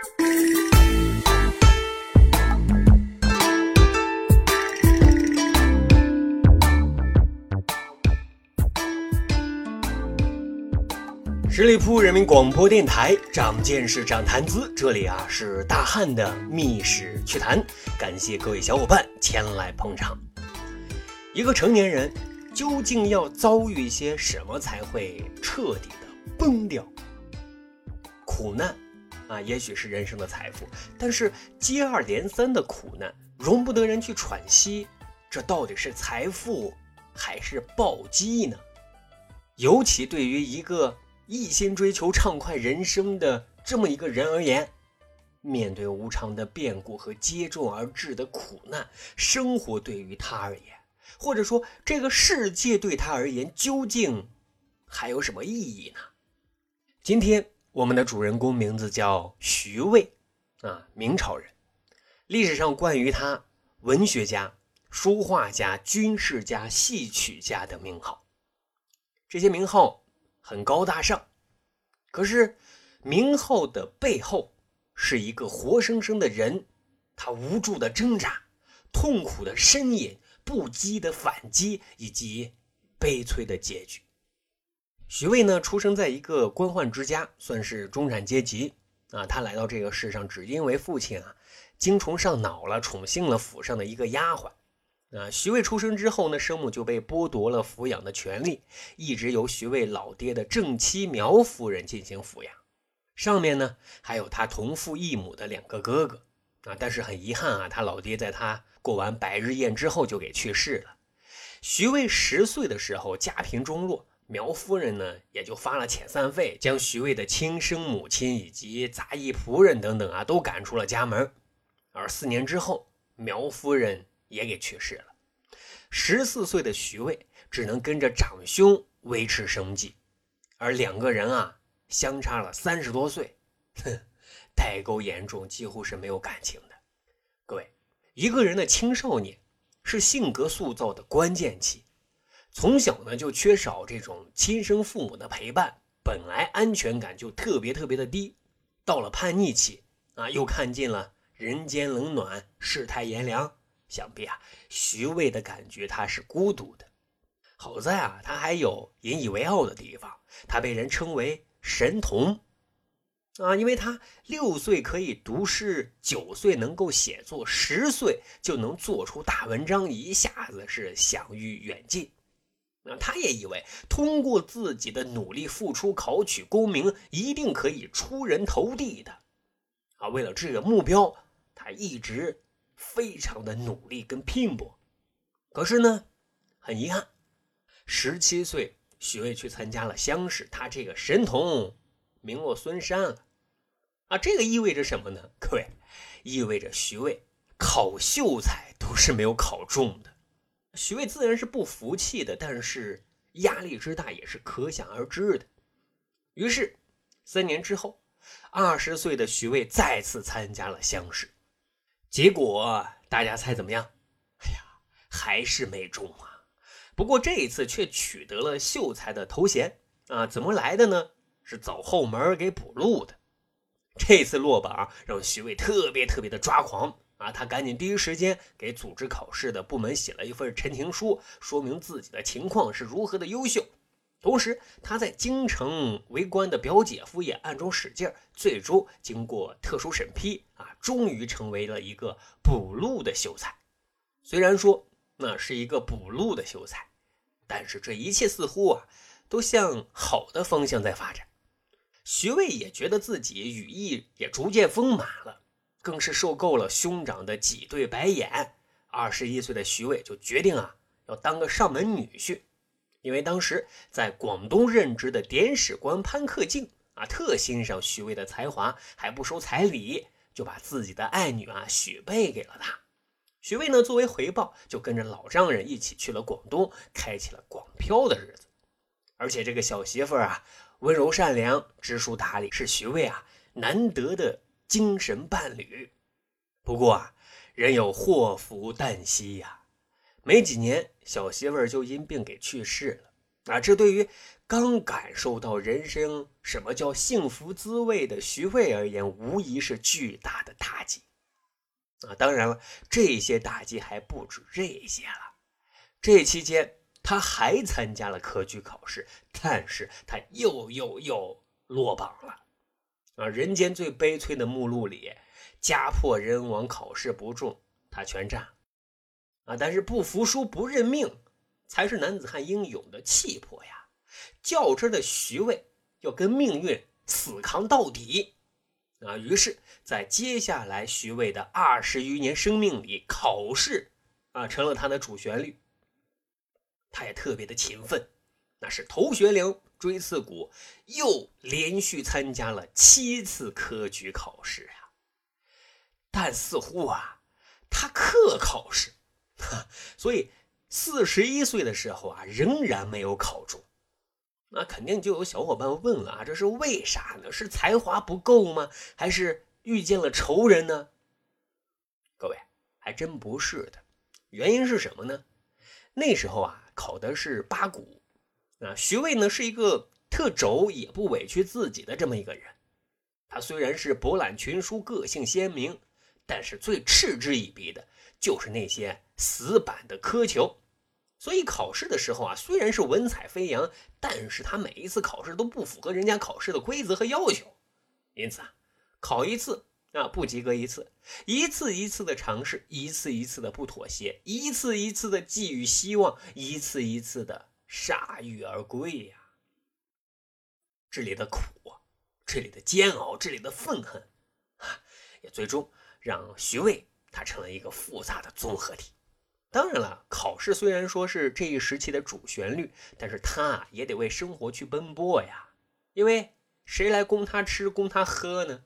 十里铺人民广播电台，长见识长谈资，这里是大汉的密室趣谈，感谢各位小伙伴前来捧场。一个成年人究竟要遭遇一些什么才会彻底的崩掉？苦难也许是人生的财富，但是接二连三的苦难容不得人去喘息，这到底是财富还是暴击呢？尤其对于一个一心追求畅快人生的这么一个人而言，面对无常的变故和接踵而至的苦难，生活对于他而言，或者说这个世界对他而言，究竟还有什么意义呢？今天我们的主人公名字叫徐渭明朝人。历史上关于他文学家、书画家、军事家、戏曲家的名号，这些名号很高大上，可是名号的背后是一个活生生的人，他无助的挣扎，痛苦的呻吟，不羁的反击，以及悲催的结局。徐渭呢，出生在一个官宦之家，算是中产阶级他来到这个世上只因为父亲精虫上脑了，宠幸了府上的一个丫鬟。徐渭出生之后呢，生母就被剥夺了抚养的权利，一直由徐渭老爹的正妻苗夫人进行抚养。上面呢还有他同父异母的两个哥哥但是很遗憾他老爹在他过完百日宴之后就给去世了。徐渭10岁的时候家贫中落，苗夫人呢也就发了遣散费，将徐渭的亲生母亲以及杂役仆人等等都赶出了家门。而4年之后，苗夫人也给去世了。14岁的徐渭只能跟着长兄维持生计，而两个人相差了30多岁，代沟严重，几乎是没有感情的。各位，一个人的青少年是性格塑造的关键期，从小呢就缺少这种亲生父母的陪伴，本来安全感就特别的低，到了叛逆期又看尽了人间冷暖，世态炎凉，想必徐渭的感觉他是孤独的。好在他还有引以为傲的地方，他被人称为神童因为他6岁可以读诗，9岁能够写作，10岁就能做出大文章，一下子是享誉远近。他也以为通过自己的努力付出，考取功名，一定可以出人头地的为了这个目标，他一直非常的努力跟拼搏。可是呢，很遗憾，17岁徐渭去参加了乡试，他这个神童名落孙山了这个意味着什么呢？各位，意味着徐渭考秀才都是没有考中的。徐渭自然是不服气的，但是压力之大也是可想而知的。于是3年之后，20岁的徐渭再次参加了乡试，结果大家猜怎么样？还是没中不过这一次却取得了秀才的头衔怎么来的呢？是走后门给补录的。这次落榜让徐渭特别的抓狂他赶紧第一时间给组织考试的部门写了一份陈情书，说明自己的情况是如何的优秀。同时他在京城为官的表姐夫也暗中使劲，最终经过特殊审批终于成为了一个补录的秀才。虽然说那是一个补录的秀才，但是这一切似乎都向好的方向在发展。徐渭也觉得自己羽翼也逐渐丰满了，更是受够了兄长的挤兑白眼。21岁的徐渭就决定要当个上门女婿。因为当时在广东任职的典史官潘克敬特欣赏徐渭的才华，还不收彩礼，就把自己的爱女许配给了他。徐渭呢，作为回报，就跟着老丈人一起去了广东，开启了广漂的日子。而且这个小媳妇温柔善良，知书达理，是徐渭难得的精神伴侣。不过人有祸福旦夕没几年，小媳妇就因病给去世了。 这对于刚感受到人生什么叫幸福滋味的徐渭而言，无疑是巨大的打击。当然了，这些打击还不止这些了。这期间他还参加了科举考试，但是他又落榜了。人间最悲催的目录里，家破人亡考试不中，他全占了。但是不服输不认命才是男子汉应有的气魄呀。较真的徐渭要跟命运死扛到底。于是在接下来徐渭的20余年生命里，考试成了他的主旋律。他也特别的勤奋，那是头悬梁锥刺股，又连续参加了7次科举考试啊。但似乎他克考试，所以41岁的时候仍然没有考中。那肯定就有小伙伴问了这是为啥呢？是才华不够吗？还是遇见了仇人呢？各位，还真不是的。原因是什么呢？那时候考的是八股。徐渭呢是一个特轴也不委屈自己的这么一个人。他虽然是博览群书，个性鲜明，但是最嗤之以鼻的就是那些死板的苛求。所以考试的时候虽然是文采飞扬，但是他每一次考试都不符合人家考试的规则和要求。因此考一次不及格一次，一次一次的尝试，一次一次的不妥协，一次一次的寄予希望，一次一次的铩羽而归呀。这里的苦，这里的煎熬，这里的愤恨也最终让徐渭他成了一个复杂的综合体。当然了，考试虽然说是这一时期的主旋律，但是他也得为生活去奔波呀。因为谁来供他吃供他喝呢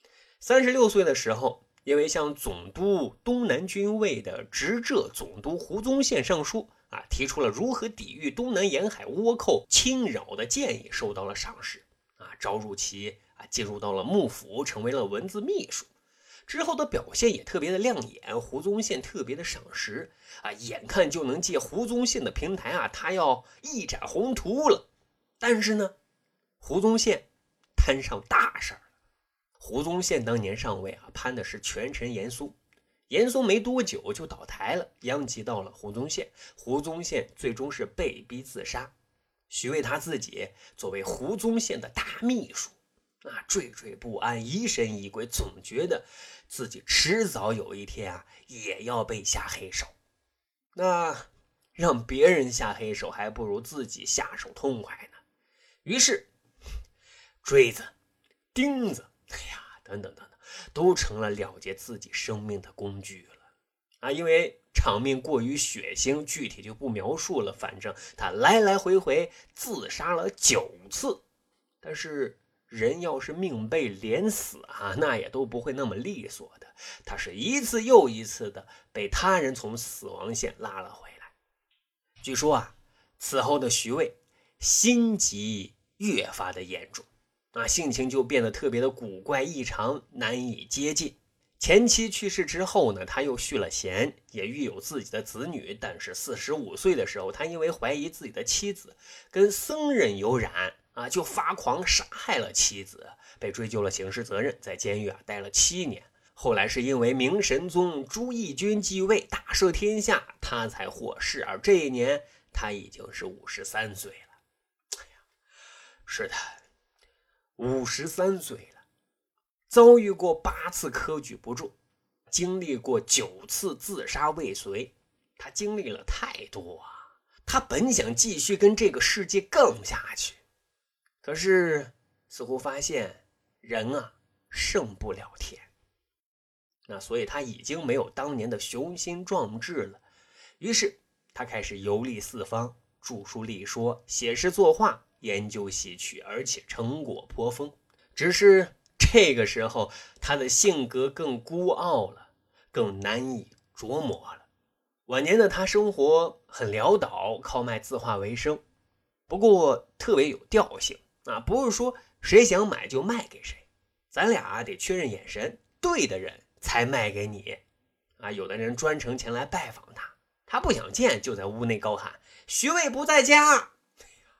？36岁的时候，因为向总督东南军卫的直浙总督胡宗宪上书提出了如何抵御东南沿海倭寇侵扰的建议，受到了赏识招入其进入到了幕府，成为了文字秘书。之后的表现也特别的亮眼，胡宗宪特别的赏识眼看就能借胡宗宪的平台他要一展宏图了。但是呢，胡宗宪摊上大事了。胡宗宪当年上位攀的是权臣严嵩，严嵩没多久就倒台了，殃及到了胡宗宪。胡宗宪最终是被逼自杀。徐渭他自己作为胡宗宪的大秘书惴惴不安，疑神疑鬼，总觉得自己迟早有一天也要被下黑手。那让别人下黑手还不如自己下手痛快呢。于是锥子、钉子等等都成了了结自己生命的工具了因为场面过于血腥，具体就不描述了，反正他来来回回自杀了9次。但是人要是命被连死那也都不会那么利索的，他是一次又一次的被他人从死亡线拉了回来。据说此后的徐渭心疾越发的严重性情就变得特别的古怪异常，难以接近。前妻去世之后呢，他又续了弦，也育有自己的子女。但是45岁的时候，他因为怀疑自己的妻子跟僧人有染就发狂杀害了妻子，被追究了刑事责任，在监狱待了7年。后来是因为明神宗朱翊钧继位，大赦天下，他才获释。而这一年他已经是53岁了。是的，53岁了，遭遇过8次科举不中，经历过9次自杀未遂，他经历了太多他本想继续跟这个世界杠下去，可是似乎发现人胜不了天。那所以他已经没有当年的雄心壮志了。于是他开始游历四方，著书立说，写诗作画，研究戏曲，而且成果颇丰。只是这个时候他的性格更孤傲了，更难以琢磨了。晚年的他生活很潦倒，靠卖字画为生，不过特别有调性不是说谁想买就卖给谁，咱俩得确认眼神，对的人才卖给你有的人专程前来拜访他，他不想见，就在屋内高喊徐渭不在家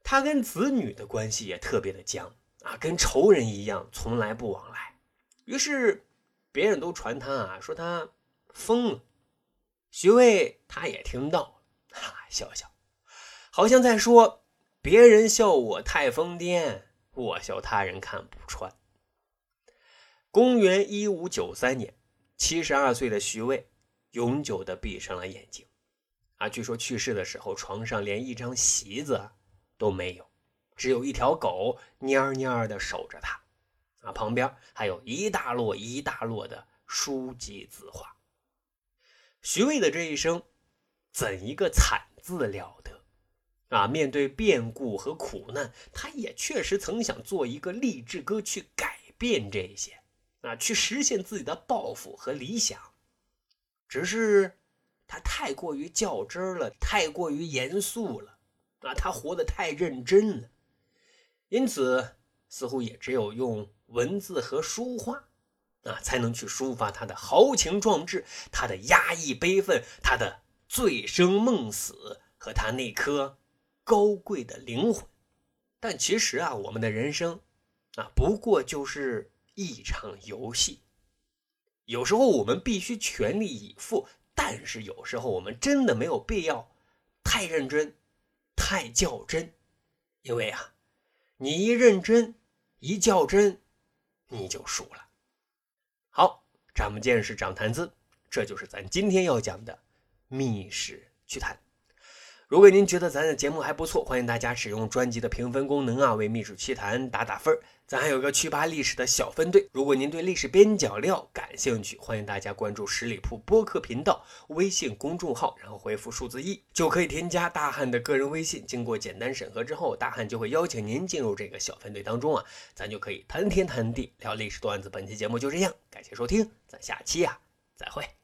他跟子女的关系也特别的僵啊，跟仇人一样，从来不往来。于是别人都传他啊，说他疯了。徐渭他也听到了，笑笑，好像在说别人笑我太疯癫，我笑他人看不穿。公元1593年，72岁的徐渭永久的闭上了眼睛啊，据说去世的时候床上连一张席子都没有，只有一条狗蔫蔫的守着他啊，旁边还有一大摞一大摞的书籍字画。徐渭的这一生怎一个惨字了得啊！面对变故和苦难，他也确实曾想做一个励志歌去改变这些啊，去实现自己的抱负和理想。只是他太过于较真了，太过于严肃了啊，他活得太认真了，因此似乎也只有用文字和书画啊，才能去抒发他的豪情壮志，他的压抑悲愤，他的醉生梦死和他那颗高贵的灵魂。但其实啊，我们的人生啊，不过就是一场游戏。有时候我们必须全力以赴，但是有时候我们真的没有必要太认真、太较真，因为啊，你一认真、一较真，你就输了。好，长见识、长谈资，这就是咱今天要讲的密室趣谈。如果您觉得咱的节目还不错，欢迎大家使用专辑的评分功能啊，为密室趣谈打打分。咱还有个趣吧历史的小分队，如果您对历史边角料感兴趣，欢迎大家关注十里铺播客频道微信公众号，然后回复数字1就可以添加大汉的个人微信。经过简单审核之后，大汉就会邀请您进入这个小分队当中啊，咱就可以谈天谈地聊历史段子。本期节目就这样，感谢收听，咱下期再会。